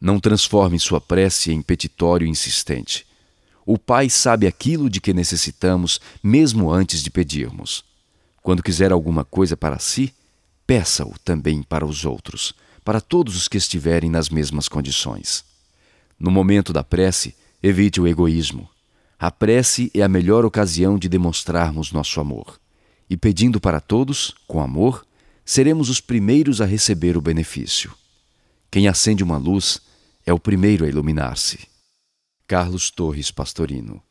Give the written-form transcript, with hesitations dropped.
Não transforme sua prece em petitório insistente. O Pai sabe aquilo de que necessitamos mesmo antes de pedirmos. Quando quiser alguma coisa para si, peça-o também para os outros, para todos os que estiverem nas mesmas condições. No momento da prece, evite o egoísmo. A prece é a melhor ocasião de demonstrarmos nosso amor. E pedindo para todos, com amor, seremos os primeiros a receber o benefício. Quem acende uma luz é o primeiro a iluminar-se. Carlos Torres Pastorino.